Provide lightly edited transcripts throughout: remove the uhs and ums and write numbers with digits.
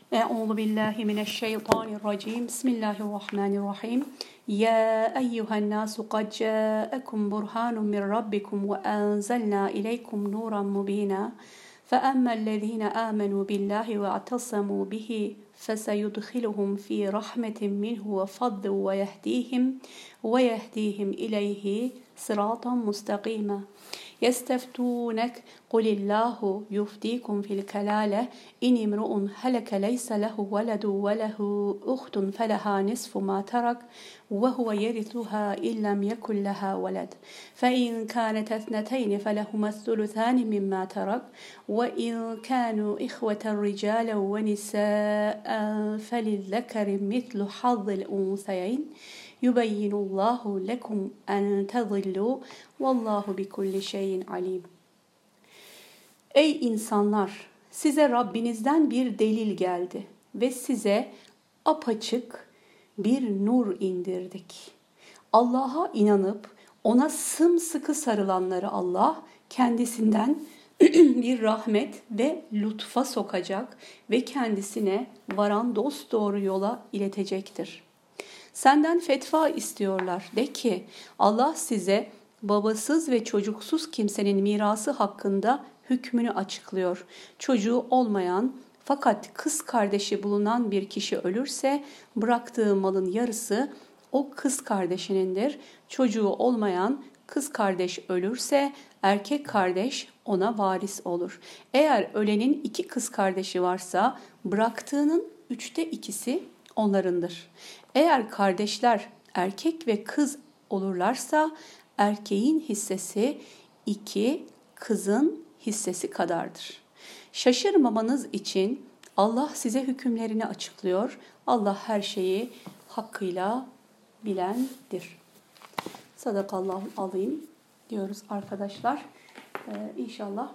Euzu billahi mineşşeytanirracim. Bismillahirrahmanirrahim. Ya eyyuhen nasu kad ca'akum burhanun min rabbikum ve enzelna ileykum nuran mubina. فَأَمَّا الَّذ۪ينَ آمَنُوا بِاللّٰهِ وَاَعْتَصَمُوا بِهِ فَسَيُدْخِلُهُمْ ف۪ي رَحْمَةٍ مِّنْهُ وَفَضْلٍ وَيَهْد۪يهِمْ إِلَيْهِ صِرَاطًا مُسْتَقِيمًا يَسْتَفْتُونَكَ قُلِ اللّٰهُ يُفْتِيكُمْ فِي الْكَلَالَةِ إِنِ امْرُؤٌ هَلَكَ لَيْسَ لَهُ وَلَدٌ وَلَهُ أُخْتٌ فَلَهَا نِصْفُ مَا تَرَكَ وَهُوَ يَرِثُهَا إِنْ لَمْ يَكُنْ لَهَا وَلَدٌ فَإِنْ كَانَتْ اثْنَتَيْنِ فَلَهُمَا الثُّلُثَانِ مِمَّا تَرَكَ وَإِنْ كَانُوا إِخْوَةً رِجَالًا وَنِسَاءً فَلِلذَّكَرِ مِثْلُ حَظِّ الْأُنْثَيَيْنِ يُبَيِّنُ اللّٰهُ لَكُمْ أَنْ تَضِلُّوا وَاللّٰهُ بِكُلِّ شَيْءٍ عَلِيمٌ. Ey insanlar! Size Rabbinizden bir delil geldi ve size apaçık bir nur indirdik. Allah'a inanıp ona sımsıkı sarılanları Allah kendisinden bir rahmet ve lütfa sokacak ve kendisine varan dosdoğru yola iletecektir. Senden fetva istiyorlar. De ki Allah size babasız ve çocuksuz kimsenin mirası hakkında hükmünü açıklıyor. Çocuğu olmayan fakat kız kardeşi bulunan bir kişi ölürse bıraktığı malın yarısı o kız kardeşinindir. Çocuğu olmayan kız kardeş ölürse erkek kardeş ona varis olur. Eğer ölenin 2 kız kardeşi varsa bıraktığının 2/3 onlarındır. Eğer kardeşler erkek ve kız olurlarsa erkeğin hissesi 2, kızın hissesi kadardır. Şaşırmamanız için Allah size hükümlerini açıklıyor. Allah her şeyi hakkıyla bilendir. Sadakallahu azim diyoruz arkadaşlar. İnşallah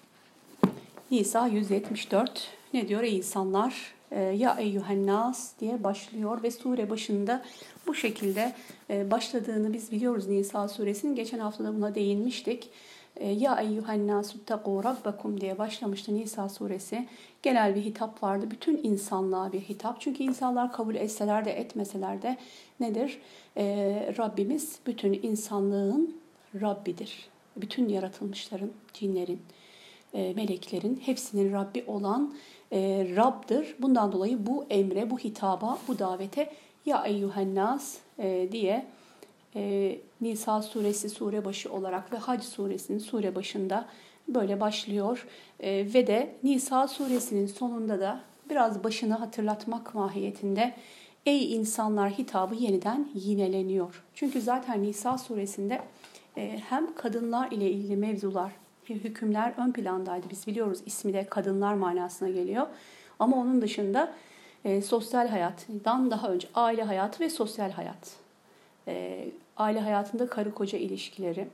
Nisa 174 ne diyor ey insanlar? Ya eyyühen nas diye başlıyor ve sure başında bu şekilde başladığını biz biliyoruz Nisa suresinin. Geçen hafta da buna değinmiştik. Ya eyyühen nasuttaqû rabbakum diye başlamıştı Nisa suresi. Genel bir hitap vardı. Bütün insanlığa bir hitap. Çünkü insanlar kabul etseler de etmeseler de nedir? Rabbimiz bütün insanlığın Rabbidir. Bütün yaratılmışların, cinlerin, meleklerin hepsinin Rabbi olan Rab'dır. Bundan dolayı bu emre, bu hitaba, bu davete ya eyyühen nas diye Nisa suresi sure başı olarak ve Hac suresinin sure başında böyle başlıyor. Ve de Nisa suresinin sonunda da biraz başını hatırlatmak mahiyetinde ey insanlar hitabı yeniden yineleniyor. Çünkü zaten Nisa suresinde hem kadınlar ile ilgili mevzular, hükümler ön plandaydı. Biz biliyoruz ismi de kadınlar manasına geliyor. Ama onun dışında sosyal hayattan daha önce aile hayatı ve sosyal hayat. Aile hayatında karı koca ilişkileri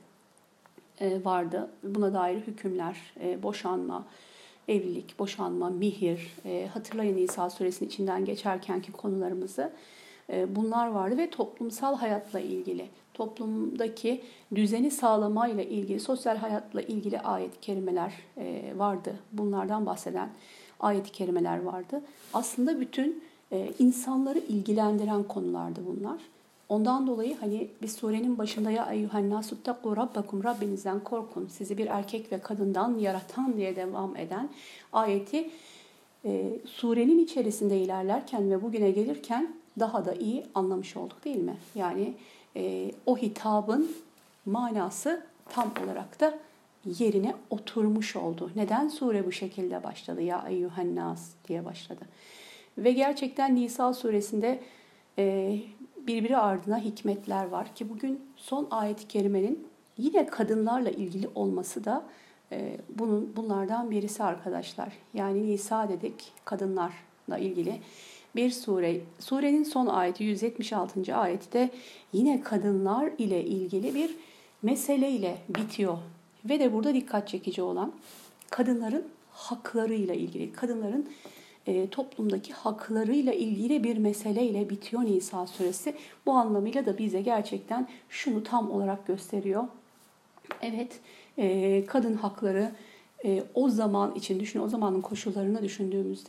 vardı. Buna dair hükümler, boşanma, evlilik, boşanma, mihir, hatırlayın İsa suresinin içinden geçerkenki konularımızı. Bunlar vardı ve toplumsal hayatla ilgili, toplumdaki düzeni sağlamayla ilgili, sosyal hayatla ilgili ayet-i kerimeler vardı. Bunlardan bahseden ayet-i kerimeler vardı. Aslında bütün insanları ilgilendiren konulardı bunlar. Ondan dolayı hani bir surenin başında ya eyyühen nasuttaqû rabbakum Rabbinizden korkun. Sizi bir erkek ve kadından yaratan diye devam eden ayeti surenin içerisinde ilerlerken ve bugüne gelirken daha da iyi anlamış olduk değil mi? Yani o hitabın manası tam olarak da yerine oturmuş oldu. Neden sure bu şekilde başladı? Ya eyyühen nas diye başladı. Ve gerçekten Nisa suresinde birbiri ardına hikmetler var ki bugün son ayet-i kerimenin yine kadınlarla ilgili olması da bunlardan birisi arkadaşlar. Yani Nisa dedik kadınlarla ilgili bir sure. Surenin son ayeti 176. ayeti de yine kadınlar ile ilgili bir meseleyle bitiyor. Ve de burada dikkat çekici olan kadınların haklarıyla ilgili, kadınların toplumdaki haklarıyla ilgili bir meseleyle bitiyor Nisa suresi. Bu anlamıyla da bize gerçekten şunu tam olarak gösteriyor. Evet, kadın hakları o zaman için o zamanın koşullarını düşündüğümüzde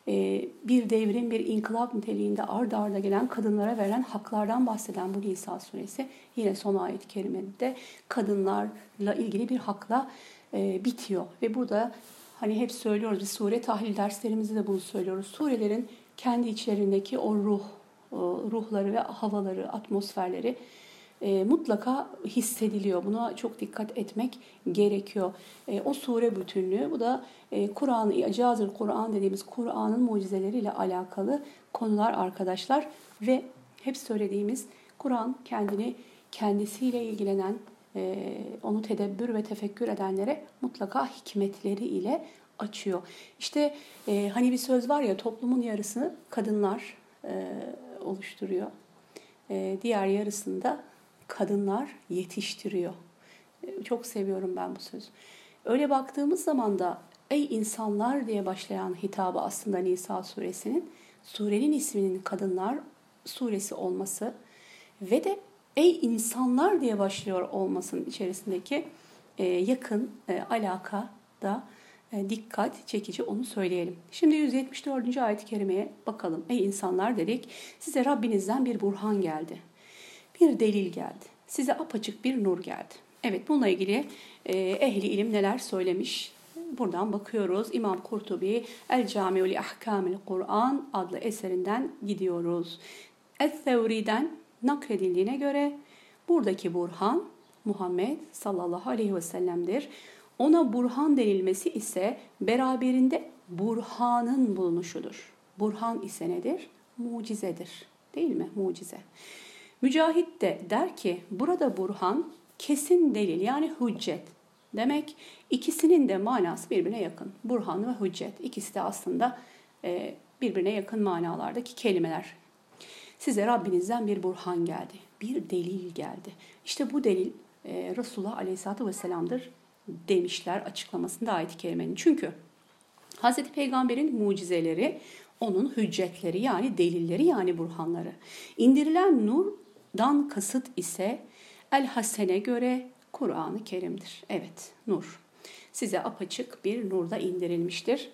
bir devrim, bir inkılap niteliğinde arda arda gelen kadınlara verilen haklardan bahseden bu Nisa suresi yine son ayet-i kerimede kadınlarla ilgili bir hakla bitiyor. Ve burada hani hep söylüyoruz, biz sure tahlil derslerimizde de bunu söylüyoruz. Surelerin kendi içlerindeki o ruhları ve havaları, atmosferleri mutlaka hissediliyor. Buna çok dikkat etmek gerekiyor. O sure bütünlüğü, bu da Kur'an-ı İcazül Kur'an dediğimiz Kur'an'ın mucizeleriyle alakalı konular arkadaşlar. Ve hep söylediğimiz Kur'an kendisiyle ilgilenen, onu tedebbür ve tefekkür edenlere mutlaka hikmetleri ile açıyor. İşte hani bir söz var ya, toplumun yarısını kadınlar oluşturuyor. Diğer yarısını da kadınlar yetiştiriyor. Çok seviyorum ben bu sözü. Öyle baktığımız zaman da ey insanlar diye başlayan hitabı aslında Nisa suresinin, surenin isminin Kadınlar suresi olması ve de ey insanlar diye başlıyor olmasının içerisindeki yakın alaka da dikkat çekici, onu söyleyelim. Şimdi 174. ayet-i kerimeye bakalım. Ey insanlar dedik, size Rabbinizden bir burhan geldi. Bir delil geldi. Size apaçık bir nur geldi. Evet, bununla ilgili ehli ilim neler söylemiş? Buradan bakıyoruz. İmam Kurtubi El-Cami'u li Ahkamil Kur'an adlı eserinden gidiyoruz. Es-Sevri'den nakledildiğine göre buradaki burhan Muhammed sallallahu aleyhi ve sellem'dir. Ona burhan denilmesi ise beraberinde burhanın bulunuşudur. Burhan ise nedir? Mucizedir. Değil mi? Mucize. Mücahit de der ki burada burhan kesin delil, yani hüccet demek. İkisinin de manası birbirine yakın. Burhan ve hüccet. İkisi de aslında birbirine yakın manalardaki kelimeler. Size Rabbinizden bir burhan geldi. Bir delil geldi. İşte bu delil Resulullah Aleyhisselatü Vesselam'dır demişler açıklamasında ayet-i kerimenin. Çünkü Hz. Peygamber'in mucizeleri onun hüccetleri, yani delilleri, yani burhanları. İndirilen nurdan kasıt ise El-Hasen'e göre Kur'an-ı Kerim'dir. Evet, nur. Size apaçık bir nurda indirilmiştir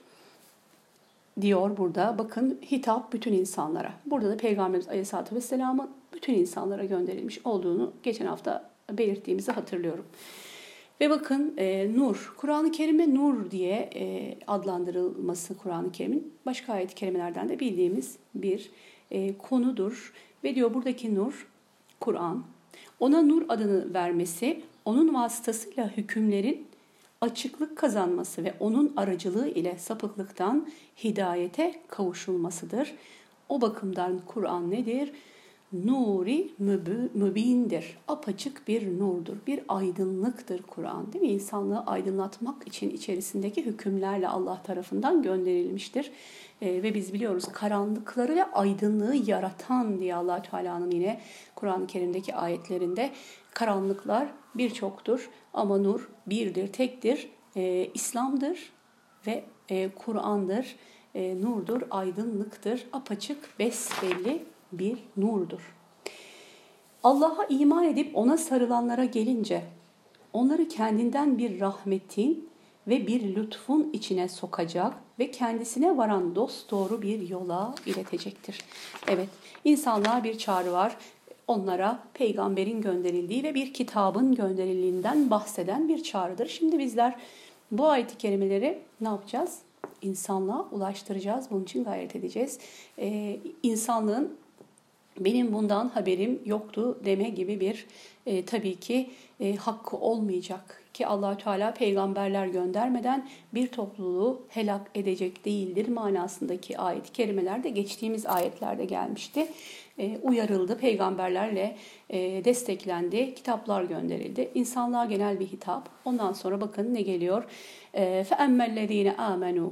diyor burada. Bakın, hitap bütün insanlara. Burada da Peygamberimiz Aleyhisselatü Vesselam'ın bütün insanlara gönderilmiş olduğunu geçen hafta belirttiğimizi hatırlıyorum. Ve bakın nur, Kur'an-ı Kerim'e nur diye adlandırılması Kur'an-ı Kerim'in başka ayet-i kerimelerden de bildiğimiz bir konudur. Ve diyor buradaki nur, Kur'an, ona nur adını vermesi, onun vasıtasıyla hükümlerin açıklık kazanması ve onun aracılığı ile sapıklıktan hidayete kavuşulmasıdır. O bakımdan Kur'an nedir? Nuri mübindir. Apaçık bir nurdur. Bir aydınlıktır Kur'an. Değil mi? İnsanlığı aydınlatmak için içerisindeki hükümlerle Allah tarafından gönderilmiştir. Ve biz biliyoruz, karanlıkları ve aydınlığı yaratan diye Allah Teala'nın yine Kur'an-ı Kerim'deki ayetlerinde, karanlıklar birçoktur ama nur birdir, tektir. İslam'dır ve Kur'an'dır. Nurdur, aydınlıktır, apaçık, besbelli bir nurdur. Allah'a iman edip ona sarılanlara gelince onları kendinden bir rahmetin ve bir lütfun içine sokacak ve kendisine varan dosdoğru bir yola iletecektir. Evet, insanlığa bir çağrı var. Onlara peygamberin gönderildiği ve bir kitabın gönderildiğinden bahseden bir çağrıdır. Şimdi bizler bu ayet-i kerimeleri ne yapacağız? İnsanlığa ulaştıracağız. Bunun için gayret edeceğiz. İnsanlığın benim bundan haberim yoktu deme gibi bir tabii ki hakkı olmayacak. Ki Allah-u Teala peygamberler göndermeden bir topluluğu helak edecek değildir manasındaki ayet-i kerimeler de geçtiğimiz ayetlerde gelmişti. Uyarıldı, peygamberlerle desteklendi, kitaplar gönderildi. İnsanlığa genel bir hitap. Ondan sonra bakın ne geliyor? فَاَمَّا الَّذ۪ينَ آمَنُوا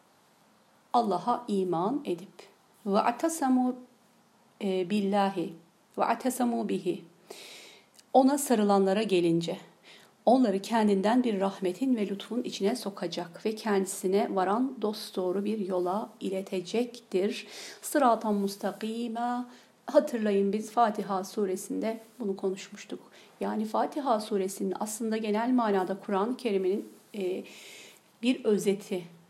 Allah'a iman edip وَاَعْتَسَمُوا billahi وَاَعْتَسَمُوا bihi ona sarılanlara gelince onları kendinden bir rahmetin ve lütfun içine sokacak ve kendisine varan dosdoğru bir yola iletecektir. Sırat-ı mustakîmâ. Hatırlayın, biz Fatiha suresinde bunu konuşmuştuk. Yani Fatiha suresinin aslında genel manada Kur'an-ı Kerim'in bir özeti,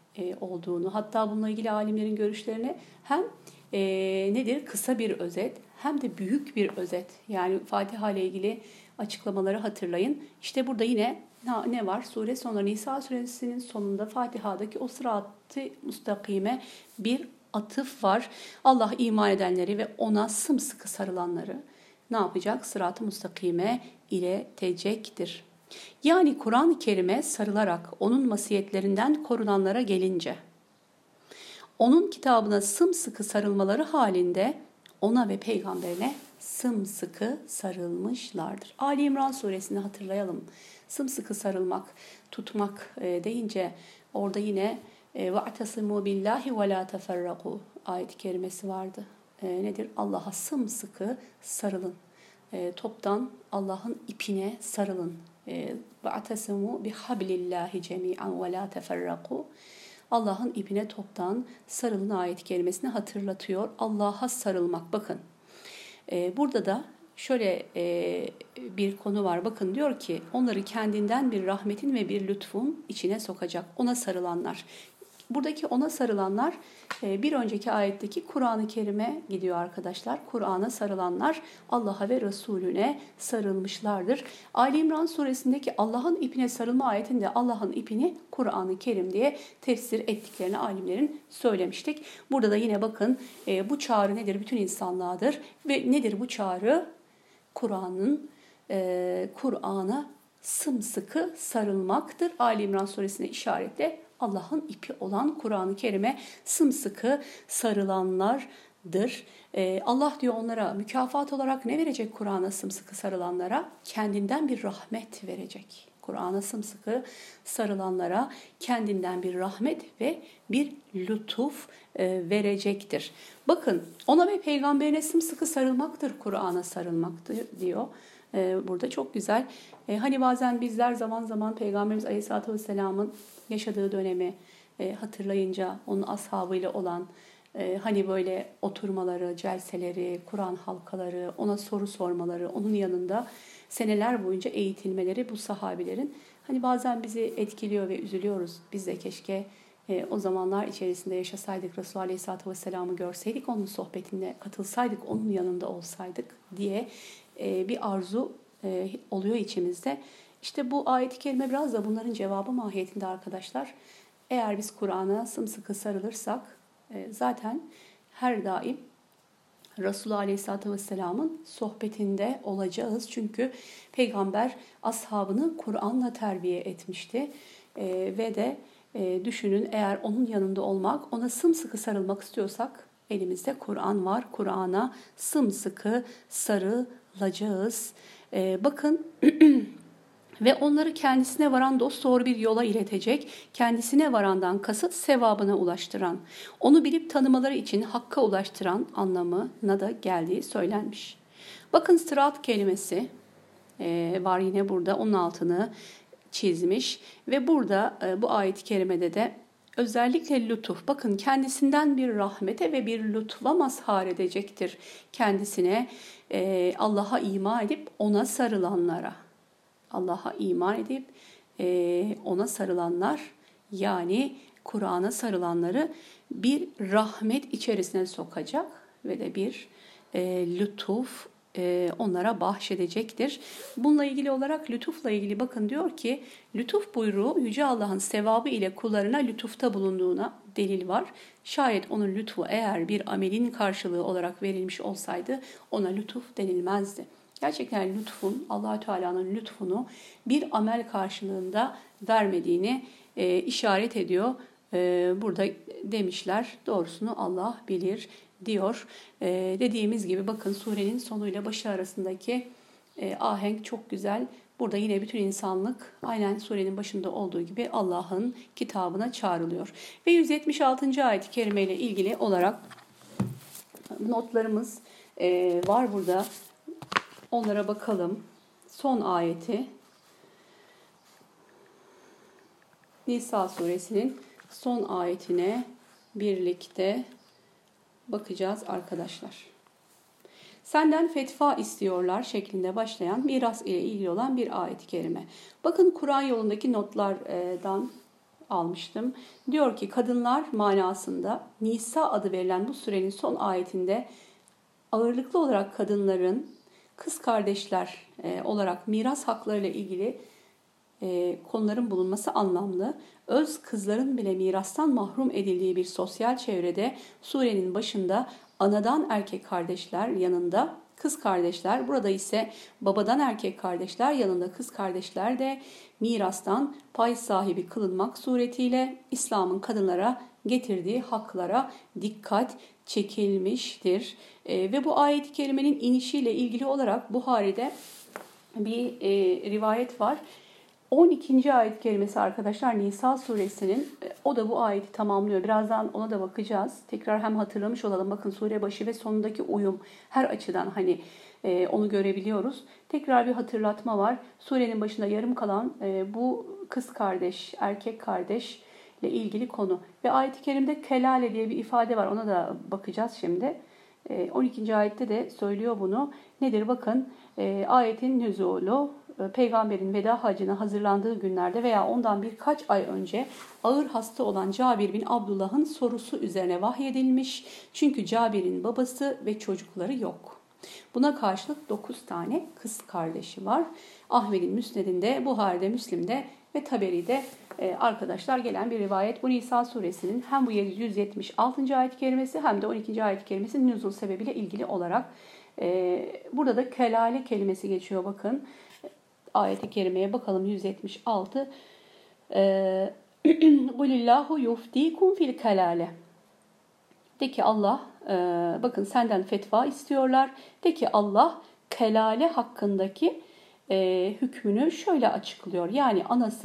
olduğunu, hatta bununla ilgili alimlerin görüşlerini hem nedir? Kısa bir özet hem de büyük bir özet. Yani Fatiha ile ilgili açıklamaları hatırlayın. İşte burada yine ne var? Sure sonları Nisa suresinin sonunda Fatiha'daki o sırat-ı müstakime bir atıf var. Allah iman edenleri ve ona sımsıkı sarılanları ne yapacak? Sırat-ı müstakime iletecektir. Yani Kur'an-ı Kerim'e sarılarak onun masiyetlerinden korunanlara gelince, onun kitabına sımsıkı sarılmaları halinde ona ve peygamberine sımsıkı sarılmışlardır. Ali İmran suresini hatırlayalım. Sımsıkı sarılmak, tutmak deyince orada yine وَاَعْتَصِمُوا بِاللّٰهِ وَلَا تَفَرَّقُوا ayet-i kerimesi vardı. Nedir? Allah'a sımsıkı sarılın. Toptan Allah'ın ipine sarılın. وَاَعْتَصِمُوا بِحَبْلِ اللّٰهِ جَمِيعًا وَلَا تَفَرَّقُوا Allah'ın ipine toptan sarılın ayet-i kerimesini hatırlatıyor. Allah'a sarılmak. Bakın burada da şöyle bir konu var. Bakın diyor ki onları kendinden bir rahmetin ve bir lütfun içine sokacak. Ona sarılanlar. Buradaki ona sarılanlar bir önceki ayetteki Kur'an-ı Kerim'e gidiyor arkadaşlar. Kur'an'a sarılanlar Allah'a ve Resulüne sarılmışlardır. Ali İmran suresindeki Allah'ın ipine sarılma ayetinde Allah'ın ipini Kur'an-ı Kerim diye tefsir ettiklerini alimlerin söylemiştik. Burada da yine bakın bu çağrı nedir? Bütün insanlığadır. Ve nedir bu çağrı? Kur'an'a sımsıkı sarılmaktır. Ali İmran suresine işaretle Allah'ın ipi olan Kur'an-ı Kerim'e sımsıkı sarılanlardır. Allah diyor onlara mükafat olarak ne verecek Kur'an'a sımsıkı sarılanlara? Kendinden bir rahmet verecek. Kur'an'a sımsıkı sarılanlara kendinden bir rahmet ve bir lütuf verecektir. Bakın ona ve peygamberine sımsıkı sarılmaktır, Kur'an'a sarılmaktır diyor. Burada çok güzel. Hani bazen bizler zaman zaman Peygamberimiz Aleyhisselatü Vesselam'ın yaşadığı dönemi hatırlayınca onun ashabıyla olan hani böyle oturmaları, celseleri, Kur'an halkaları, ona soru sormaları, onun yanında seneler boyunca eğitilmeleri bu sahabilerin hani bazen bizi etkiliyor ve üzülüyoruz. Biz de keşke o zamanlar içerisinde yaşasaydık, Resulullah Aleyhisselatü Vesselam'ı görseydik, onun sohbetine katılsaydık, onun yanında olsaydık diye bir arzu oluyor içimizde. İşte bu ayet-i kerime biraz da bunların cevabı mahiyetinde arkadaşlar. Eğer biz Kur'an'a sımsıkı sarılırsak zaten her daim Resulullah Aleyhisselatü Vesselam'ın sohbetinde olacağız. Çünkü peygamber ashabını Kur'an'la terbiye etmişti. Ve de düşünün eğer onun yanında olmak, ona sımsıkı sarılmak istiyorsak elimizde Kur'an var. Kur'an'a sımsıkı sarılacağız. Bakın ve onları kendisine varan dosdoğru bir yola iletecek, kendisine varandan kasıt sevabına ulaştıran, onu bilip tanımaları için hakka ulaştıran anlamına da geldiği söylenmiş. Bakın sırat kelimesi var yine burada, onun altını çizmiş ve burada bu ayet-i kerimede de özellikle lütuf, bakın kendisinden bir rahmete ve bir lütfa mazhar edecektir kendisine, Allah'a iman edip ona sarılanlara. Allah'a iman edip ona sarılanlar, yani Kur'an'a sarılanları bir rahmet içerisine sokacak ve de bir lütuf onlara bahşedecektir. Bununla ilgili olarak lütufla ilgili bakın diyor ki lütuf buyruğu Yüce Allah'ın sevabı ile kullarına lütufta bulunduğuna delil var. Şayet onun lütfu eğer bir amelin karşılığı olarak verilmiş olsaydı ona lütuf denilmezdi. Gerçekten lütfun, Allah-u Teala'nın lütfunu bir amel karşılığında vermediğini işaret ediyor. Burada demişler, doğrusunu Allah bilir diyor. Dediğimiz gibi bakın surenin sonuyla başı arasındaki ahenk çok güzel. Burada yine bütün insanlık aynen surenin başında olduğu gibi Allah'ın kitabına çağrılıyor. Ve 176. ayet-i kerime ile ilgili olarak notlarımız var burada. Onlara bakalım. Son ayeti Nisa suresinin son ayetine birlikte bakacağız arkadaşlar. Senden fetva istiyorlar şeklinde başlayan miras ile ilgili olan bir ayet-i kerime. Bakın Kur'an yolundaki notlardan almıştım. Diyor ki kadınlar manasında Nisa adı verilen bu surenin son ayetinde ağırlıklı olarak kadınların kız kardeşler olarak miras haklarıyla ilgili konuların bulunması anlamlı. Öz kızların bile mirastan mahrum edildiği bir sosyal çevrede surenin başında anadan erkek kardeşler yanında kız kardeşler, burada ise babadan erkek kardeşler yanında kız kardeşler de mirastan pay sahibi kılınmak suretiyle İslam'ın kadınlara getirdiği haklara dikkat çekilmiştir. Ve bu ayet-i kerimenin inişiyle ilgili olarak Buhari'de bir rivayet var. 12. ayet kerimesi arkadaşlar Nisa suresinin, o da bu ayeti tamamlıyor. Birazdan ona da bakacağız. Tekrar hem hatırlamış olalım. Bakın sure başı ve sonundaki uyum her açıdan onu görebiliyoruz. Tekrar bir hatırlatma var. Surenin başında yarım kalan bu kız kardeş, erkek kardeş ile ilgili konu. Ve ayet-i kerimde kelale diye bir ifade var. Ona da bakacağız şimdi. 12. ayette de söylüyor bunu. Nedir? Bakın ayetin nüzulu peygamberin veda hacına hazırlandığı günlerde veya ondan birkaç ay önce ağır hasta olan Cabir bin Abdullah'ın sorusu üzerine vahyedilmiş. Çünkü Cabir'in babası ve çocukları yok. Buna karşılık 9 tane kız kardeşi var. Ahmet'in Müsned'inde, Buhari'de, Müslim'de ve Taberi'de arkadaşlar gelen bir rivayet. Bu Nisa suresinin hem bu 176. ayet-i kerimesi hem de 12. ayet-i kerimesinin nüzul sebebiyle ilgili olarak burada da kelale kelimesi geçiyor bakın. Ayet-i kerimeye bakalım 176. Kulillahu yuftikum fil kelale. De ki Allah, bakın senden fetva istiyorlar. De ki Allah kelale hakkındaki hükmünü şöyle açıklıyor. Yani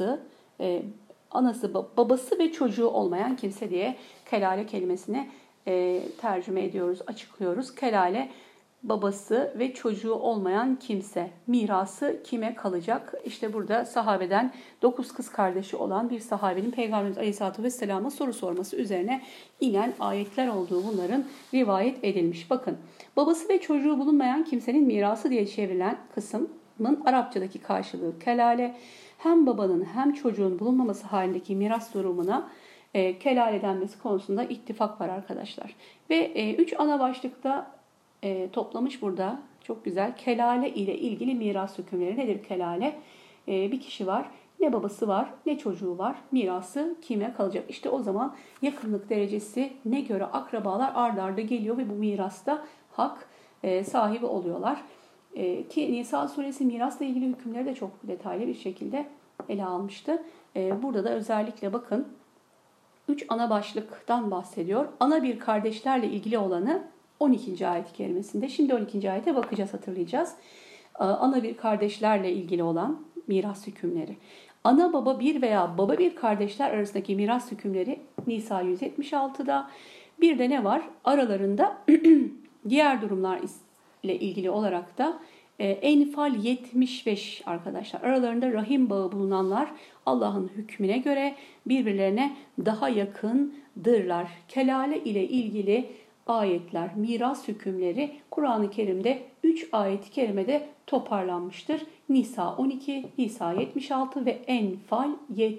anası, babası ve çocuğu olmayan kimse diye kelale kelimesini tercüme ediyoruz, açıklıyoruz. Kelale babası ve çocuğu olmayan kimse. Mirası kime kalacak? İşte burada sahabeden 9 kız kardeşi olan bir sahabenin Peygamberimiz Aleyhisselatü Vesselam'a soru sorması üzerine inen ayetler olduğu bunların rivayet edilmiş. Bakın, babası ve çocuğu bulunmayan kimsenin mirası diye çevrilen kısmın Arapçadaki karşılığı kelale. Hem babanın hem çocuğun bulunmaması halindeki miras durumuna kelale denmesi konusunda ittifak var arkadaşlar. Ve 3 ana başlıkta toplamış burada. Çok güzel. Kelale ile ilgili miras hükümleri nedir kelale? Bir kişi var. Ne babası var ne çocuğu var. Mirası kime kalacak? İşte o zaman yakınlık derecesi ne göre akrabalar ard arda geliyor ve bu mirasta hak sahibi oluyorlar. Ki Nisa suresi mirasla ilgili hükümleri de çok detaylı bir şekilde ele almıştı. Burada da özellikle bakın 3 ana başlıktan bahsediyor. Ana bir kardeşlerle ilgili olanı 12. ayet-i kerimesinde. Şimdi 12. ayete bakacağız, hatırlayacağız. Ana bir kardeşlerle ilgili olan miras hükümleri. Ana baba bir veya baba bir kardeşler arasındaki miras hükümleri Nisa 176'da. Bir de ne var? Aralarında diğer durumlar ile ilgili olarak da Enfal 75 arkadaşlar. Aralarında rahim bağı bulunanlar Allah'ın hükmüne göre birbirlerine daha yakındırlar. Kelale ile ilgili ayetler, miras hükümleri Kur'an-ı Kerim'de 3 ayet-i kerimede toparlanmıştır. Nisa 12, Nisa 76 ve Enfal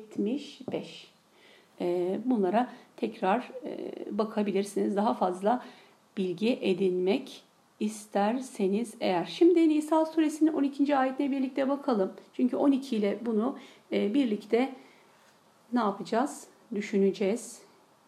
75. Bunlara tekrar bakabilirsiniz. Daha fazla bilgi edinmek isterseniz eğer. Şimdi Nisa suresinin 12. ayetine birlikte bakalım. Çünkü 12 ile bunu birlikte ne yapacağız? Düşüneceğiz.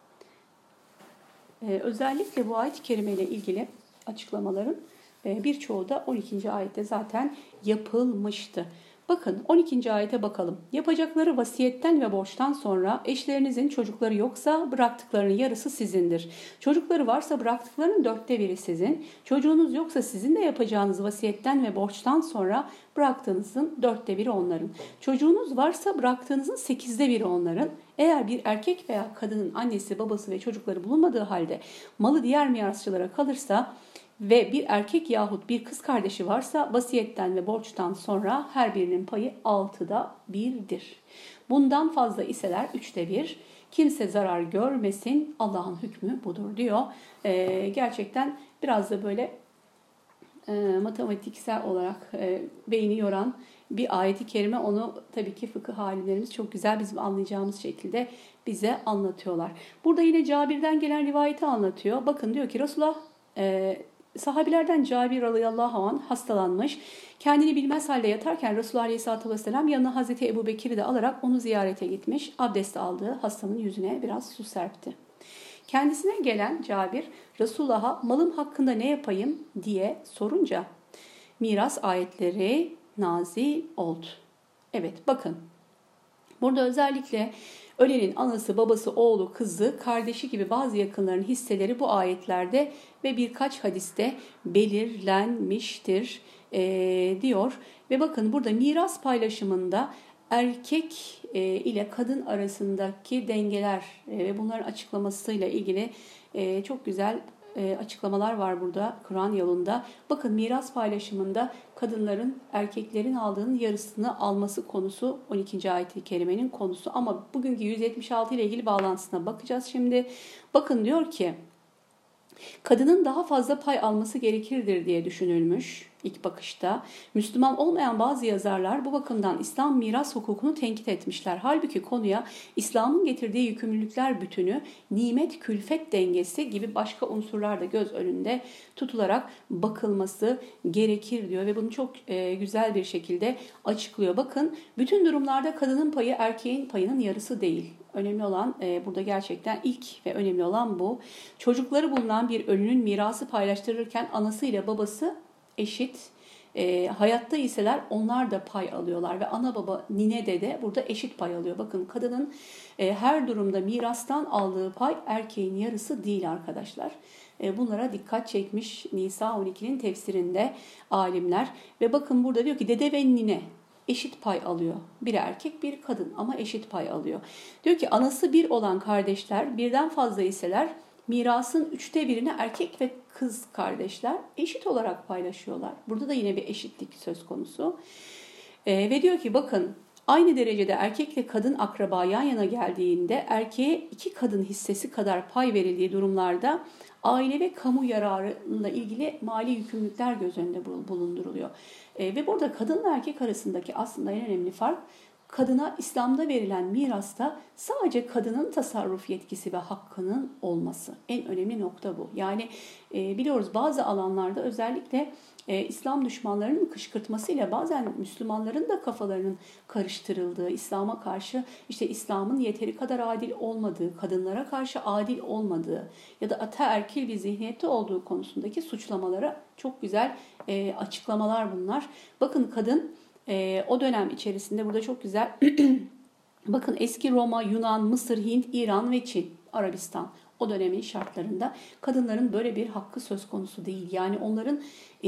Özellikle bu ayet-i kerime ile ilgili açıklamaların birçoğu da 12. ayette zaten yapılmıştı. Bakın 12. ayete bakalım. Yapacakları vasiyetten ve borçtan sonra eşlerinizin çocukları yoksa bıraktıklarının yarısı sizindir. Çocukları varsa bıraktıklarının 1/4 sizin. Çocuğunuz yoksa sizin de yapacağınız vasiyetten ve borçtan sonra bıraktığınızın 1/4 onların. Çocuğunuz varsa bıraktığınızın 8'de 1 onların. Eğer bir erkek veya kadının annesi, babası ve çocukları bulunmadığı halde malı diğer mirasçılara kalırsa ve bir erkek yahut bir kız kardeşi varsa vasiyetten ve borçtan sonra her birinin payı 1/6'dir. Bundan fazla iseler 3'te 1. Kimse zarar görmesin, Allah'ın hükmü budur diyor. Gerçekten biraz da böyle matematiksel olarak beyni yoran bir ayeti kerime, onu tabii ki fıkıh alimlerimiz çok güzel bizim anlayacağımız şekilde bize anlatıyorlar. Burada yine Cabir'den gelen rivayeti anlatıyor. Bakın diyor ki Resulullah, sahabilerden Cabir radıyallahu anh hastalanmış. Kendini bilmez halde yatarken Resulullah aleyhissalatü vesselam yanına Hazreti Ebu Bekir'i de alarak onu ziyarete gitmiş. Abdest aldığı hastanın yüzüne biraz su serpti. Kendisine gelen Cabir, Resulullah'a malım hakkında ne yapayım diye sorunca miras ayetleri nazil oldu. Evet, bakın. Burada özellikle ölenin anası, babası, oğlu, kızı, kardeşi gibi bazı yakınların hisseleri bu ayetlerde ve birkaç hadiste belirlenmiştir diyor. Ve bakın burada miras paylaşımında erkek ile kadın arasındaki dengeler ve bunların açıklamasıyla ilgili çok güzel açıklamalar var burada Kur'an yolunda. Bakın miras paylaşımında kadınların erkeklerin aldığının yarısını alması konusu 12. ayet-i kerimenin konusu. Ama bugünkü 176 ile ilgili bağlantısına bakacağız şimdi. Bakın diyor ki kadının daha fazla pay alması gerekirdir diye düşünülmüş ilk bakışta. Müslüman olmayan bazı yazarlar bu bakımdan İslam miras hukukunu tenkit etmişler. Halbuki konuya İslam'ın getirdiği yükümlülükler bütünü, nimet külfet dengesi gibi başka unsurlar da göz önünde tutularak bakılması gerekir diyor ve bunu çok güzel bir şekilde açıklıyor. Bakın, bütün durumlarda kadının payı erkeğin payının yarısı değil. Önemli olan burada gerçekten ilk ve önemli olan bu. Çocukları bulunan bir ölünün mirası paylaştırırken anası ile babası eşit. Hayatta iseler onlar da pay alıyorlar ve ana baba, nine, dede burada eşit pay alıyor. Bakın, kadının her durumda mirastan aldığı pay erkeğin yarısı değil arkadaşlar. Bunlara dikkat çekmiş Nisa 12'nin tefsirinde alimler. Ve bakın burada diyor ki dede ve nine eşit pay alıyor. Biri erkek, biri kadın ama eşit pay alıyor. Diyor ki anası bir olan kardeşler birden fazla iseler mirasın 1/3'ünü erkek ve kız kardeşler eşit olarak paylaşıyorlar. Burada da yine bir eşitlik söz konusu. Ve diyor ki bakın, aynı derecede erkekle kadın akraba yan yana geldiğinde erkeğe 2 kadın hissesi kadar pay verildiği durumlarda aile ve kamu yararıyla ilgili mali yükümlülükler göz önünde bulunduruluyor. Ve burada kadınla erkek arasındaki aslında en önemli fark, kadına İslam'da verilen mirasta sadece kadının tasarruf yetkisi ve hakkının olması. En önemli nokta bu. Yani biliyoruz bazı alanlarda özellikle İslam düşmanlarının kışkırtmasıyla bazen Müslümanların da kafalarının karıştırıldığı, İslam'a karşı işte İslam'ın yeteri kadar adil olmadığı, kadınlara karşı adil olmadığı ya da ataerkil bir zihniyette olduğu konusundaki suçlamalara çok güzel açıklamalar bunlar. Bakın, kadın o dönem içerisinde burada çok güzel bakın, eski Roma, Yunan, Mısır, Hint, İran ve Çin, Arabistan, o dönemin şartlarında kadınların böyle bir hakkı söz konusu değil. Yani onların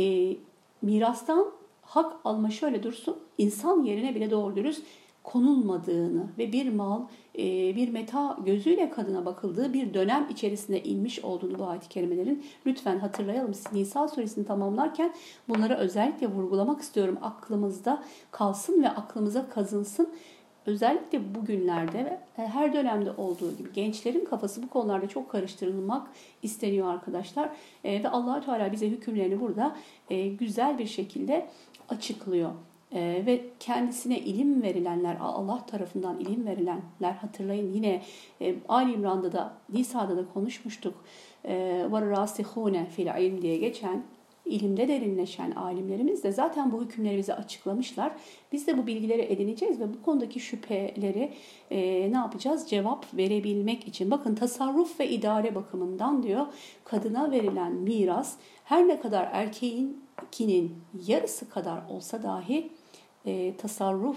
mirastan hak alma, şöyle dursun, insan yerine bile doğru dürüst konulmadığını ve bir mal, bir meta gözüyle kadına bakıldığı bir dönem içerisinde inmiş olduğunu bu ayet-i kerimelerin lütfen hatırlayalım. Nisa suresini tamamlarken bunları özellikle vurgulamak istiyorum. Aklımızda kalsın ve aklımıza kazınsın. Özellikle bugünlerde ve her dönemde olduğu gibi gençlerin kafası bu konularda çok karıştırılmak isteniyor arkadaşlar. Ve Allah-u Teala bize hükümlerini burada güzel bir şekilde açıklıyor. Ve kendisine ilim verilenler, Allah tarafından ilim verilenler, hatırlayın yine Ali İmran'da da Nisa'da da konuşmuştuk. وَالرَّاسِخُونَ فِي الْعِلْمِ diye geçen, ilimde derinleşen alimlerimiz de zaten bu hükümleri bize açıklamışlar. Biz de bu bilgileri edineceğiz ve bu konudaki şüpheleri ne yapacağız? Cevap verebilmek için. Bakın, tasarruf ve idare bakımından diyor, kadına verilen miras her ne kadar erkeğinkinin yarısı kadar olsa dahi tasarruf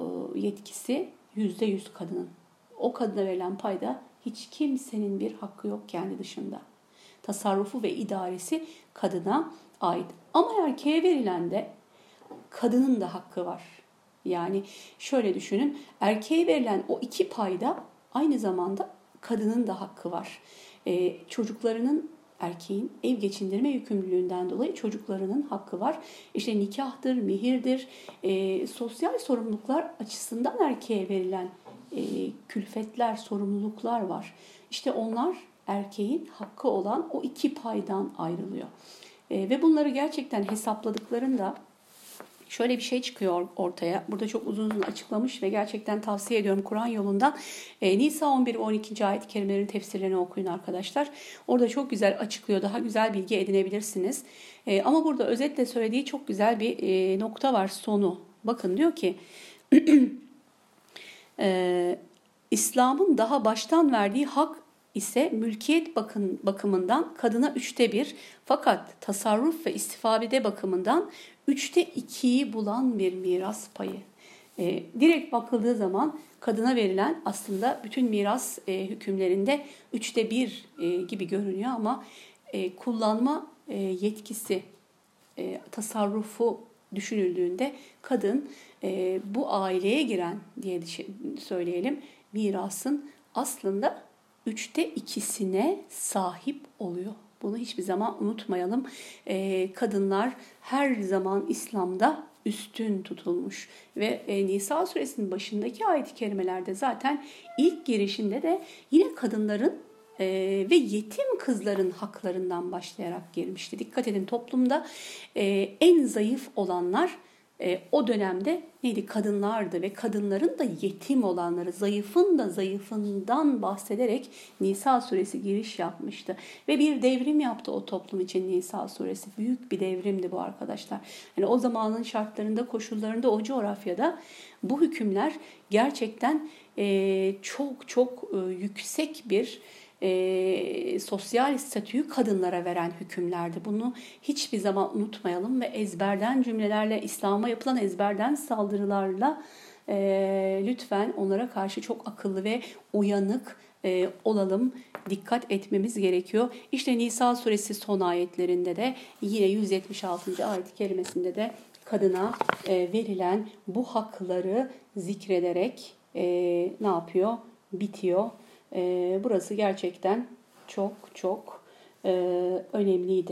yetkisi %100 kadının. O kadına verilen payda hiç kimsenin bir hakkı yok kendi dışında. Tasarrufu ve idaresi kadına ait. Ama erkeğe verilen de kadının da hakkı var. Yani şöyle düşünün, erkeğe verilen o 2 payda aynı zamanda kadının da hakkı var. Çocuklarının, erkeğin ev geçindirme yükümlülüğünden dolayı çocuklarının hakkı var. İşte nikahtır, mihirdir, sosyal sorumluluklar açısından erkeğe verilen külfetler, sorumluluklar var. İşte onlar erkeğin hakkı olan o 2 paydan ayrılıyor. Ve bunları gerçekten hesapladıklarında Şöyle bir şey çıkıyor ortaya. Burada çok uzun uzun açıklamış ve gerçekten tavsiye ediyorum Kur'an yolundan. Nisa 11 ve 12. ayet-i kerimelerin tefsirlerini okuyun arkadaşlar. Orada çok güzel açıklıyor. Daha güzel bilgi edinebilirsiniz. Ama burada özetle söylediği çok güzel bir nokta var, sonu. Bakın diyor ki İslam'ın daha baştan verdiği hak ise mülkiyet bakımından kadına 1/3, fakat tasarruf ve istifade bakımından 2/3'yi bulan bir miras payı. Direkt bakıldığı zaman kadına verilen aslında bütün miras hükümlerinde 1/3 gibi görünüyor ama kullanma yetkisi, tasarrufu düşünüldüğünde kadın bu aileye giren diye söyleyelim mirasın aslında 2/3'üne sahip oluyor. Bunu hiçbir zaman unutmayalım. Kadınlar her zaman İslam'da üstün tutulmuş ve Nisa suresinin başındaki ayet-i kerimelerde zaten ilk girişinde de yine kadınların ve yetim kızların haklarından başlayarak girmişti. Dikkat edin, toplumda en zayıf olanlar o dönemde neydi? Kadınlardı ve kadınların da yetim olanları, zayıfın da zayıfından bahsederek Nisa suresi giriş yapmıştı. Ve bir devrim yaptı o toplum için Nisa suresi. Büyük bir devrimdi bu arkadaşlar. Yani o zamanın şartlarında, koşullarında, o coğrafyada bu hükümler gerçekten çok çok yüksek bir sosyal statüyü kadınlara veren hükümlerdi. Bunu hiçbir zaman unutmayalım ve ezberden cümlelerle, İslam'a yapılan ezberden saldırılarla lütfen onlara karşı çok akıllı ve uyanık olalım, dikkat etmemiz gerekiyor. İşte Nisa suresi son ayetlerinde de yine 176. ayet-i kerimesinde de kadına verilen bu hakları zikrederek ne yapıyor? Bitiyor. Burası gerçekten çok çok önemliydi.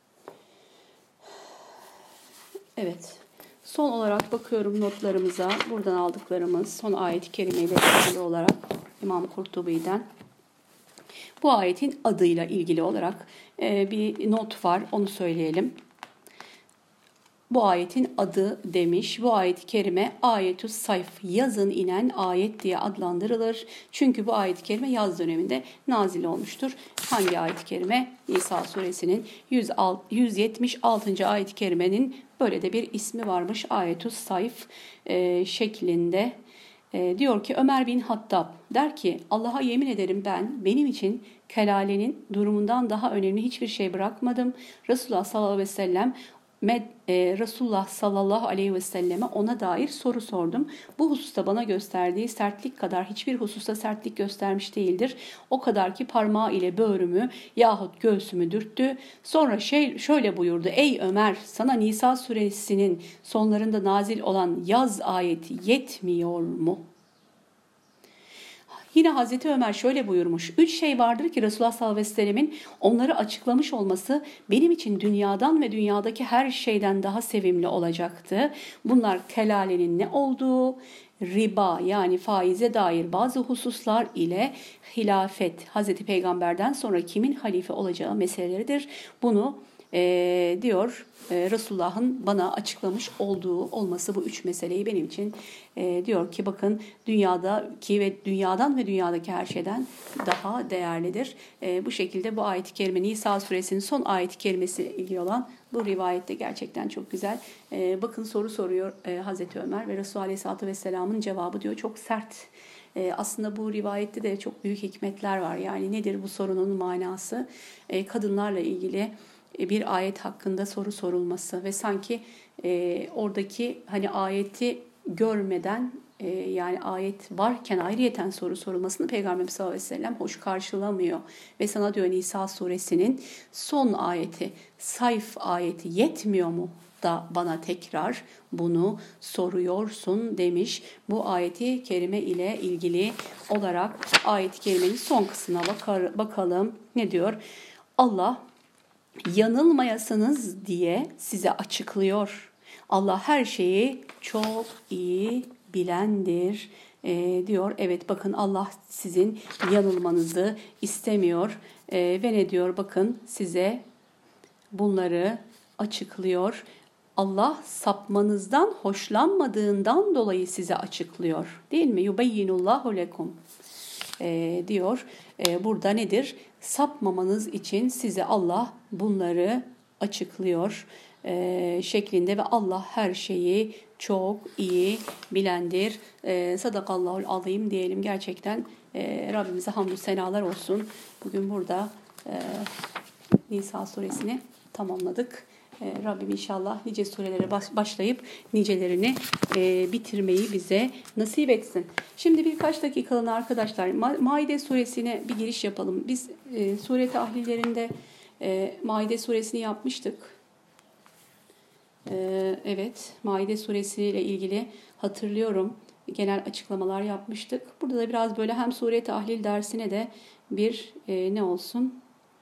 Evet. Son olarak bakıyorum notlarımıza. Buradan aldıklarımız son ayet-i kerimeyle ilgili olarak İmam Kurtubi'den. Bu ayetin adıyla ilgili olarak bir not var. Onu söyleyelim. Bu ayetin adı demiş. Bu ayet-i kerime ayetü sayf, yazın inen ayet diye adlandırılır. Çünkü bu ayet-i kerime yaz döneminde nazil olmuştur. Hangi ayet-i kerime? Nisa suresinin 176. ayet-i kerimenin böyle de bir ismi varmış. Ayetü sayf şeklinde. Diyor ki Ömer bin Hattab der ki Allah'a yemin ederim benim için kelalenin durumundan daha önemli hiçbir şey bırakmadım. Resulullah sallallahu aleyhi ve sellem Resulullah sallallahu aleyhi ve selleme ona dair soru sordum. Bu hususta bana gösterdiği sertlik kadar hiçbir hususta sertlik göstermiş değildir. O kadar ki parmağı ile böğrümü yahut göğsümü dürttü. Sonra şöyle buyurdu. Ey Ömer, sana Nisa suresinin sonlarında nazil olan yaz ayeti yetmiyor mu? Yine Hazreti Ömer şöyle buyurmuş. 3 şey vardır ki Resulullah sallallahu aleyhi ve sellemin onları açıklamış olması benim için dünyadan ve dünyadaki her şeyden daha sevimli olacaktı. Bunlar kelalenin ne olduğu, riba yani faize dair bazı hususlar ile hilafet, Hazreti Peygamber'den sonra kimin halife olacağı meseleleridir. Bunu diyor Resulullah'ın bana açıklamış olması bu 3 meseleyi benim için diyor ki bakın dünyadaki ve dünyadan ve dünyadaki her şeyden daha değerlidir. Bu şekilde bu ayet-i kerime Nisa suresinin son ayet-i kerimesi ilgili olan bu rivayette gerçekten çok güzel. Bakın soru soruyor Hazreti Ömer ve Resulullah Aleyhisselatü Vesselam'ın cevabı diyor çok sert. Aslında bu rivayette de çok büyük hikmetler var. Yani nedir bu sorunun manası? Kadınlarla ilgili bir ayet hakkında soru sorulması ve sanki oradaki hani ayeti görmeden yani ayet varken ayrıyeten soru sorulmasını Peygamberimiz sallallahu aleyhi ve sellem hoş karşılamıyor. Ve sana diyor Nisa suresinin son ayeti, sayf ayeti yetmiyor mu da bana tekrar bunu soruyorsun demiş. Bu ayeti kerime ile ilgili olarak ayet-i kerimenin son kısmına bakalım. Ne diyor? Allah yanılmayasınız diye size açıklıyor. Allah her şeyi çok iyi bilendir diyor. Evet bakın Allah sizin yanılmanızı istemiyor ve ne diyor? Bakın size bunları açıklıyor. Allah sapmanızdan hoşlanmadığından dolayı size açıklıyor. Değil mi? Yubeyyinullahu lekum diyor. Burada nedir? Sapmamanız için size Allah bunları açıklıyor şeklinde ve Allah her şeyi çok iyi bilendir. Sadakallahul azim diyelim. Gerçekten Rabbimize hamdü senalar olsun. Bugün burada Nisa suresini tamamladık. Rabbim inşallah nice surelere başlayıp nicelerini bitirmeyi bize nasip etsin. Şimdi birkaç dakikalığına arkadaşlar Maide suresine bir giriş yapalım. Biz sure tahlillerinde Maide suresini yapmıştık. Evet, Maide suresiyle ilgili hatırlıyorum. Genel açıklamalar yapmıştık. Burada da biraz böyle hem sure tahlil dersine de bir ne olsun?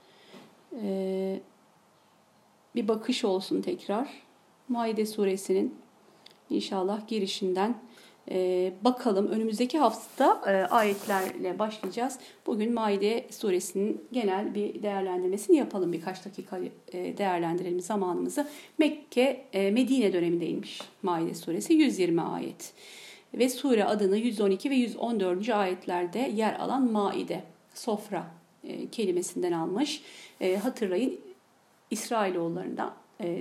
Bir bakış olsun tekrar. Maide suresinin inşallah girişinden bakalım. Önümüzdeki hafta ayetlerle başlayacağız. Bugün Maide suresinin genel bir değerlendirmesini yapalım. Birkaç dakika değerlendirelim zamanımızı. Medine dönemindeymiş Maide suresi 120 ayet. Ve sure adını 112 ve 114. ayetlerde yer alan Maide, sofra kelimesinden almış. Hatırlayın İsrailoğullarından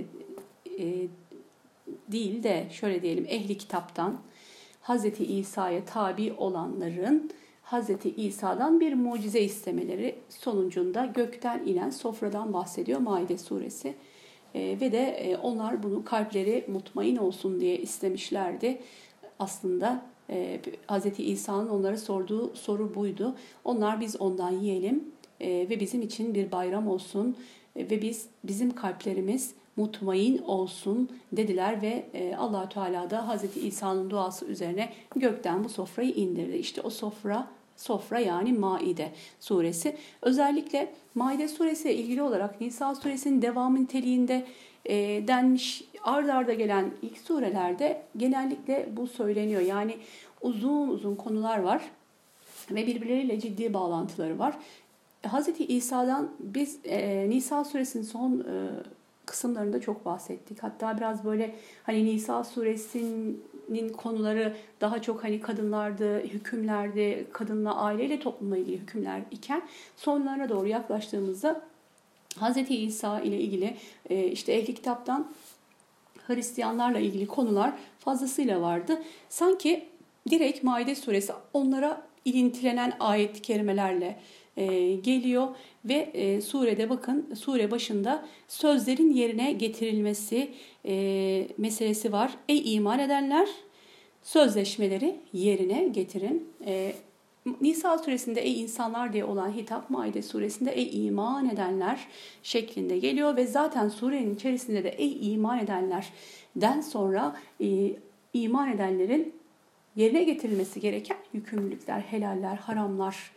değil de şöyle diyelim ehli kitaptan Hazreti İsa'ya tabi olanların Hazreti İsa'dan bir mucize istemeleri sonucunda gökten inen sofradan bahsediyor Maide suresi. Ve de onlar bunu kalpleri mutmain olsun diye istemişlerdi. Aslında Hazreti İsa'nın onlara sorduğu soru buydu. Biz ondan yiyelim ve bizim için bir bayram olsun ve bizim kalplerimiz mutmain olsun dediler ve Allah-u Teala da Hazreti İsa'nın duası üzerine gökten bu sofrayı indirdi. İşte o sofra yani Maide suresi. Özellikle Maide suresiyle ilgili olarak Nisa suresinin devamı niteliğinde denmiş ard arda gelen ilk surelerde genellikle bu söyleniyor. Yani uzun uzun konular var ve birbirleriyle ciddi bağlantıları var. Hazreti İsa'dan biz Nisa suresinin son kısımlarında çok bahsettik. Hatta biraz böyle hani Nisa suresinin konuları daha çok hani kadınlardı, hükümlerdi, kadınla, aileyle, toplumla ilgili hükümler iken sonlarına doğru yaklaştığımızda Hazreti İsa ile ilgili işte ehli kitaptan Hristiyanlarla ilgili konular fazlasıyla vardı. Sanki direkt Maide suresi onlara ilintilenen ayet-i kerimelerle geliyor ve surede bakın sure başında sözlerin yerine getirilmesi meselesi var. Ey iman edenler sözleşmeleri yerine getirin. Nisa suresinde ey insanlar diye olan hitap Maide suresinde ey iman edenler şeklinde geliyor ve zaten surenin içerisinde de ey iman edenlerden sonra iman edenlerin yerine getirilmesi gereken yükümlülükler, helaller, haramlar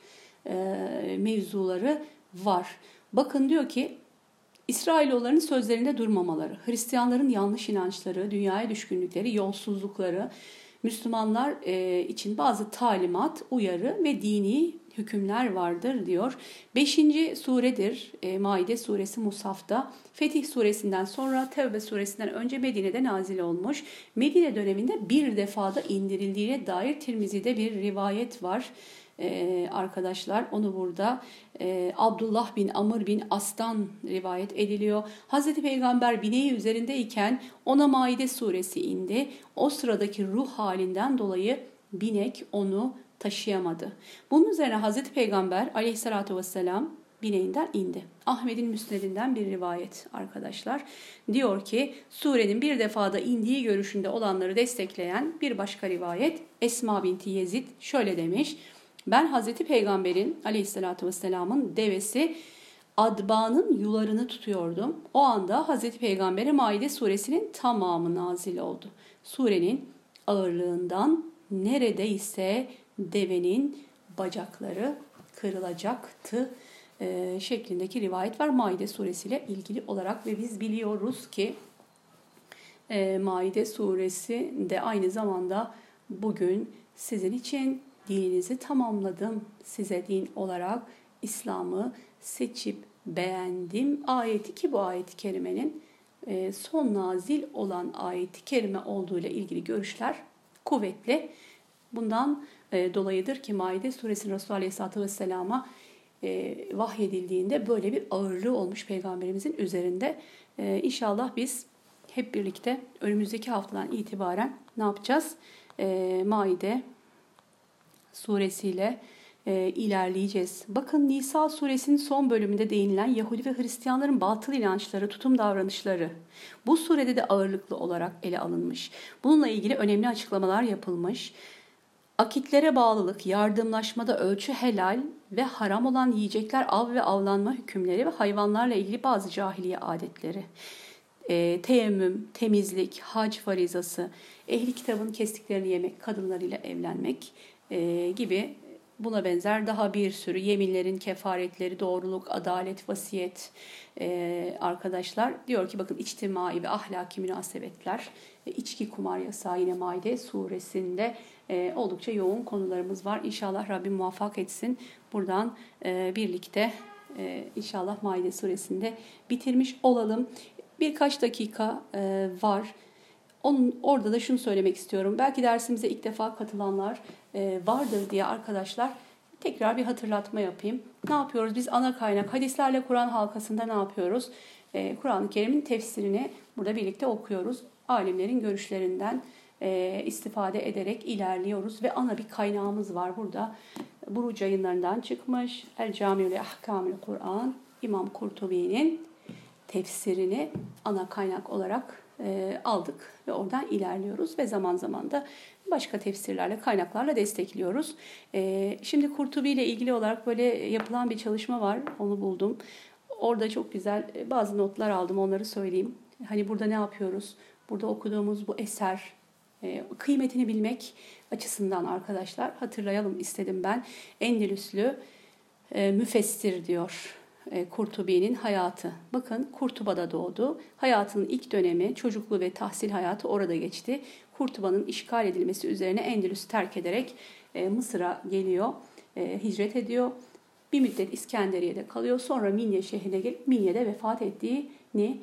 mevzuları var. Bakın diyor ki İsrailoğulların sözlerinde durmamaları, Hristiyanların yanlış inançları, dünyaya düşkünlükleri, yolsuzlukları, Müslümanlar için bazı talimat, uyarı ve dini hükümler vardır diyor. 5. suredir Maide suresi Musaf'ta. Fetih suresinden sonra Tevbe suresinden önce Medine'de nazil olmuş. Medine döneminde bir defada indirildiğine dair Tirmizi'de bir rivayet var. Arkadaşlar onu burada Abdullah bin Amr bin As'tan rivayet ediliyor. Hazreti Peygamber bineği üzerindeyken ona Maide suresi indi. O sıradaki ruh halinden dolayı binek onu taşıyamadı. Bunun üzerine Hazreti Peygamber aleyhissalatü vesselam bineğinden indi. Ahmet'in müsnedinden bir rivayet arkadaşlar. Diyor ki surenin bir defada indiği görüşünde olanları destekleyen bir başka rivayet Esma binti Yezid şöyle demiş. Ben Hazreti Peygamber'in aleyhissalatü vesselamın devesi Adba'nın yularını tutuyordum. O anda Hazreti Peygamber'e Maide suresinin tamamı nazil oldu. Surenin ağırlığından neredeyse devenin bacakları kırılacaktı şeklindeki rivayet var Maide suresiyle ilgili olarak ve biz biliyoruz ki Maide suresi de aynı zamanda bugün sizin için dininizi tamamladım, size din olarak İslam'ı seçip beğendim ayeti ki bu ayet-i kerimenin son nazil olan ayet-i kerime olduğuyla ilgili görüşler kuvvetli. Bundan dolayıdır ki Maide suresinin Resulü Aleyhisselatü Vesselam'a vahyedildiğinde böyle bir ağırlığı olmuş Peygamberimizin üzerinde. İnşallah biz hep birlikte önümüzdeki haftadan itibaren ne yapacağız? Maide suresiyle ilerleyeceğiz. Bakın Nisa suresinin son bölümünde değinilen Yahudi ve Hristiyanların batıl inançları, tutum davranışları bu surede de ağırlıklı olarak ele alınmış. Bununla ilgili önemli açıklamalar yapılmış. Akitlere bağlılık, yardımlaşmada ölçü helal ve haram olan yiyecekler, av ve avlanma hükümleri ve hayvanlarla ilgili bazı cahiliye adetleri, teyemmüm, temizlik, hac farizası, ehli kitabın kestiklerini yemek, kadınlarıyla evlenmek gibi buna benzer daha bir sürü yeminlerin kefaretleri, doğruluk, adalet, vasiyet arkadaşlar. Diyor ki bakın içtimai ve ahlaki münasebetler, içki kumar yasağı yine Maide suresinde oldukça yoğun konularımız var. İnşallah Rabbim muvaffak etsin. Buradan birlikte inşallah Maide suresinde bitirmiş olalım. Birkaç dakika var. Orada da şunu söylemek istiyorum. Belki dersimize ilk defa katılanlar vardır diye arkadaşlar tekrar bir hatırlatma yapayım. Ne yapıyoruz? Biz ana kaynak hadislerle Kur'an halkasında ne yapıyoruz? Kur'an-ı Kerim'in tefsirini burada birlikte okuyoruz. Alimlerin görüşlerinden istifade ederek ilerliyoruz ve ana bir kaynağımız var burada. Buruc yayınlarından çıkmış El Cami'ül Ahkamül Kur'an, İmam Kurtubi'nin tefsirini ana kaynak olarak aldık ve oradan ilerliyoruz ve zaman zaman da başka tefsirlerle, kaynaklarla destekliyoruz. Şimdi Kurtubi ile ilgili olarak böyle yapılan bir çalışma var, onu buldum. Orada çok güzel bazı notlar aldım, onları söyleyeyim. Hani burada ne yapıyoruz? Burada okuduğumuz bu eser, kıymetini bilmek açısından arkadaşlar hatırlayalım istedim ben. Endülüslü müfessir diyor Kurtubi'nin hayatı. Bakın Kurtuba'da doğdu. Hayatının ilk dönemi, çocukluğu ve tahsil hayatı orada geçti. Kurtuba'nın işgal edilmesi üzerine Endülüs'ü terk ederek Mısır'a geliyor, hicret ediyor. Bir müddet İskenderiye'de kalıyor. Sonra Minye şehrine gelip Minye'de vefat ettiğini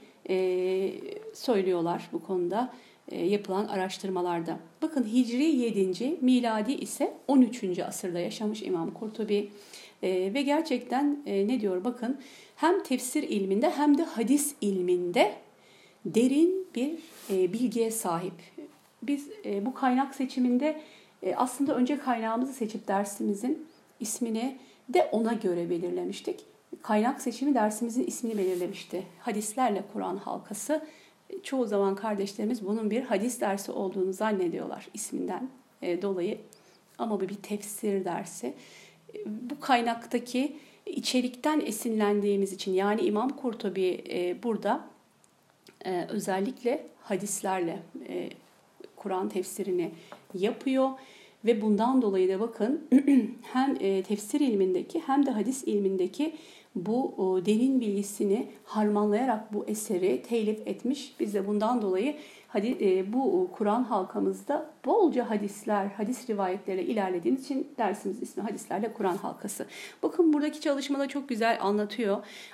söylüyorlar bu konuda yapılan araştırmalarda. Bakın Hicri 7. miladi ise 13. asırda yaşamış İmam Kurtubi. Ve gerçekten ne diyor bakın hem tefsir ilminde hem de hadis ilminde derin bir bilgiye sahip. Biz bu kaynak seçiminde aslında önce kaynağımızı seçip dersimizin ismini de ona göre belirlemiştik. Kaynak seçimi dersimizin ismini belirlemişti. Hadislerle Kur'an halkası. Çoğu zaman kardeşlerimiz bunun bir hadis dersi olduğunu zannediyorlar isminden dolayı. Ama bu bir tefsir dersi. Bu kaynaktaki içerikten esinlendiğimiz için yani İmam Kurtubi burada özellikle hadislerle Kur'an tefsirini yapıyor ve bundan dolayı da bakın hem tefsir ilmindeki hem de hadis ilmindeki bu derin bilgisini harmanlayarak bu eseri telif etmiş. Biz de bundan dolayı bu Kur'an halkamızda bolca hadisler, hadis rivayetleriyle ilerlediğimiz için dersimiz ismi Hadislerle Kur'an Halkası. Bakın buradaki çalışmada çok güzel anlatıyor.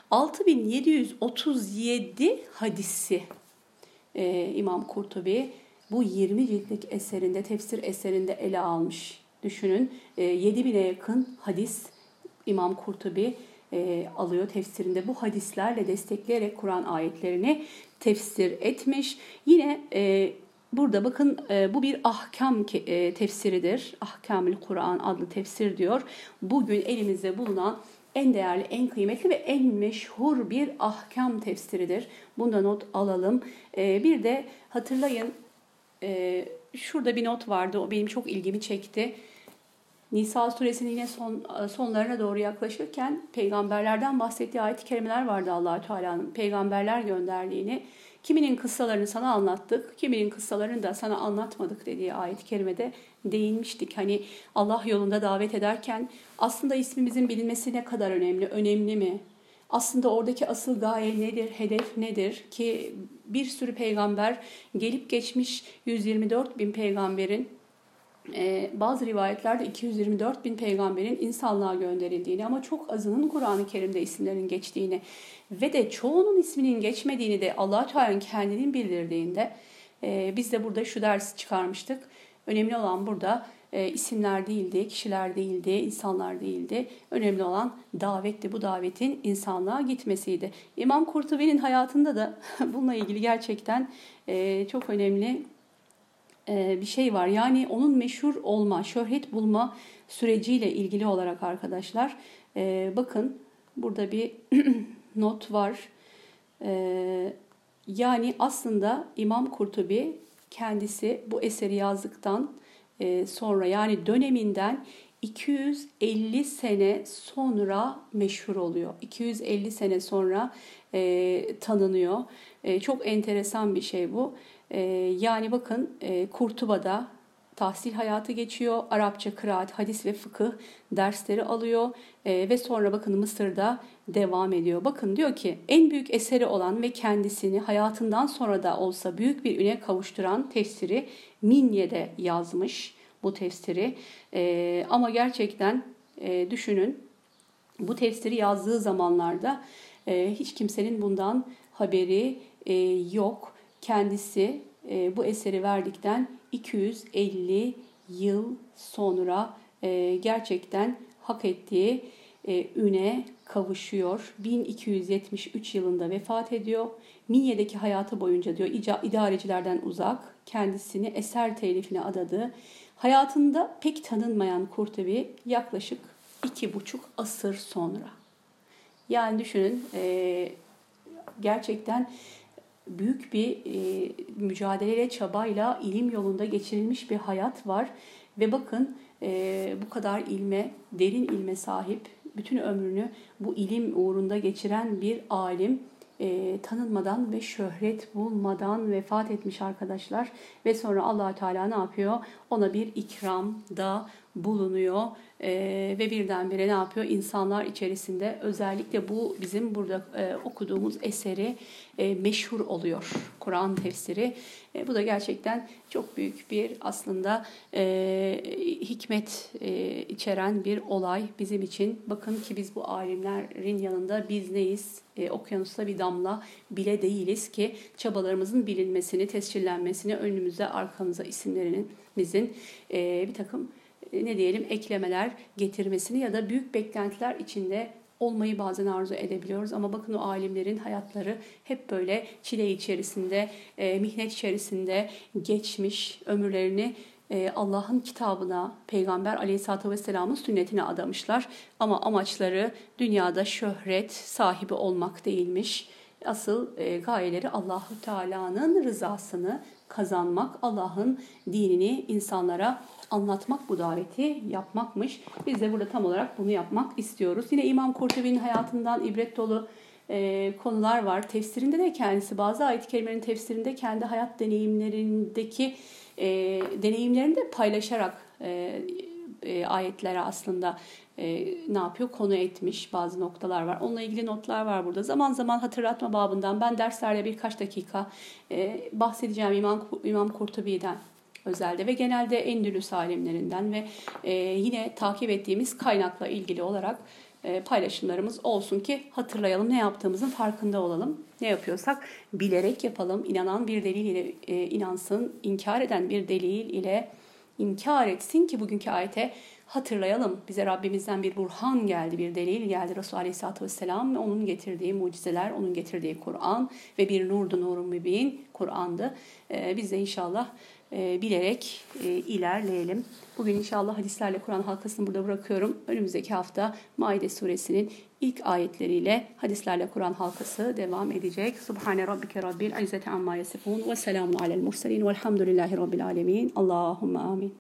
6737 hadisi İmam Kurtubi bu 20 ciltlik eserinde, tefsir eserinde ele almış. Düşünün 7000'e yakın hadis İmam Kurtubi alıyor tefsirinde. Bu hadislerle destekleyerek Kur'an ayetlerini tefsir etmiş. Yine burada bakın bu bir ahkam tefsiridir. Ahkamül Kur'an adlı tefsir diyor. Bugün elimizde bulunan en değerli, en kıymetli ve en meşhur bir ahkam tefsiridir. Bunda not alalım. Bir de hatırlayın şurada bir not vardı. O benim çok ilgimi çekti. Nisa suresinin yine sonlarına doğru yaklaşırken peygamberlerden bahsettiği ayet-i kerimeler vardı Allah-u Teala'nın peygamberler gönderdiğini. Kiminin kıssalarını sana anlattık, kiminin kıssalarını da sana anlatmadık dediği ayet-i kerimede değinmiştik. Hani Allah yolunda davet ederken aslında ismimizin bilinmesi ne kadar önemli, önemli mi? Aslında oradaki asıl gaye nedir, hedef nedir? Ki bir sürü peygamber gelip geçmiş 124 bin peygamberin Bazı rivayetlerde 224 bin peygamberin insanlığa gönderildiğini ama çok azının Kur'an-ı Kerim'de isimlerinin geçtiğini ve de çoğunun isminin geçmediğini de Allah-u Teala'nın kendinin bildirdiğinde biz de burada şu dersi çıkarmıştık. Önemli olan burada isimler değildi, kişiler değildi, insanlar değildi. Önemli olan davetti. Bu davetin insanlığa gitmesiydi. İmam Kurtubi'nin hayatında da bununla ilgili gerçekten çok önemli bir şey var. Yani onun meşhur olma, şöhret bulma süreciyle ilgili olarak arkadaşlar bakın burada bir not var. Yani aslında İmam Kurtubi kendisi bu eseri yazdıktan sonra yani döneminden 250 sene sonra meşhur oluyor. 250 sene sonra tanınıyor. Çok enteresan bir şey bu. Yani bakın Kurtuba'da tahsil hayatı geçiyor. Arapça, kıraat, hadis ve fıkıh dersleri alıyor. Ve sonra bakın Mısır'da devam ediyor. Bakın diyor ki en büyük eseri olan ve kendisini hayatından sonra da olsa büyük bir üne kavuşturan tefsiri Minye'de yazmış bu tefsiri. Ama gerçekten düşünün bu tefsiri yazdığı zamanlarda hiç kimsenin bundan haberi yok. Kendisi bu eseri verdikten 250 yıl sonra gerçekten hak ettiği üne kavuşuyor. 1273 yılında vefat ediyor. Minye'deki hayatı boyunca diyor idarecilerden uzak, kendisini eser telifine adadı. Hayatında pek tanınmayan Kurtubi yaklaşık 2,5 asır sonra. Yani düşünün gerçekten büyük bir mücadeleyle, çabayla ilim yolunda geçirilmiş bir hayat var. Ve bakın bu kadar ilme, derin ilme sahip, bütün ömrünü bu ilim uğrunda geçiren bir alim tanınmadan ve şöhret bulmadan vefat etmiş arkadaşlar. Ve sonra Allah-u Teala ne yapıyor? Ona bir ikramda bulunuyor ve birdenbire ne yapıyor? İnsanlar içerisinde özellikle bu bizim burada okuduğumuz eseri meşhur oluyor. Kur'an tefsiri. Bu da gerçekten çok büyük bir aslında hikmet içeren bir olay bizim için. Bakın ki biz bu alimlerin yanında biz neyiz? Okyanusta bir damla bile değiliz ki çabalarımızın bilinmesini, tescillenmesini, önümüze arkamıza isimlerimizin bir takım ne diyelim eklemeler getirmesini ya da büyük beklentiler içinde olmayı bazen arzu edebiliyoruz. Ama bakın o alimlerin hayatları hep böyle çile içerisinde, mihnet içerisinde geçmiş, ömürlerini Allah'ın kitabına, Peygamber Aleyhisselatü Vesselam'ın sünnetine adamışlar. Ama amaçları dünyada şöhret sahibi olmak değilmiş. Asıl gayeleri Allahu Teala'nın rızasını kazanmak, Allah'ın dinini insanlara anlatmak, bu daveti yapmakmış. Biz de burada tam olarak bunu yapmak istiyoruz. Yine İmam Kurtubi'nin hayatından ibret dolu konular var. Tefsirinde de kendisi bazı ayet-i kerimelerin tefsirinde kendi hayat deneyimlerindeki deneyimlerini de paylaşarak ayetlere aslında ne yapıyor? Konu etmiş bazı noktalar var. Onunla ilgili notlar var burada. Zaman zaman hatırlatma babından ben derslerde birkaç dakika bahsedeceğim İmam Kurtubi'den özelde ve genelde Endülüs alimlerinden ve yine takip ettiğimiz kaynakla ilgili olarak paylaşımlarımız olsun ki hatırlayalım, ne yaptığımızın farkında olalım. Ne yapıyorsak bilerek yapalım. İnanan bir delil ile inansın, inkar eden bir delil ile inkar etsin ki bugünkü ayete hatırlayalım. Bize Rabbimizden bir burhan geldi, bir delil geldi. Resulullah Aleyhisselatü Vesselam ve onun getirdiği mucizeler, onun getirdiği Kur'an ve bir nurdu nurun mübin Kur'an'dı. Biz de inşallah bilerek ilerleyelim. Bugün inşallah hadislerle Kur'an halkasını burada bırakıyorum. Önümüzdeki hafta Maide suresinin ilk ayetleriyle hadislerle Kur'an halkası devam edecek. Subhane rabbike rabbil izzeti amma yasifun ve selamun alel murselin velhamdülillahi rabbil alemin. Allahümme amin.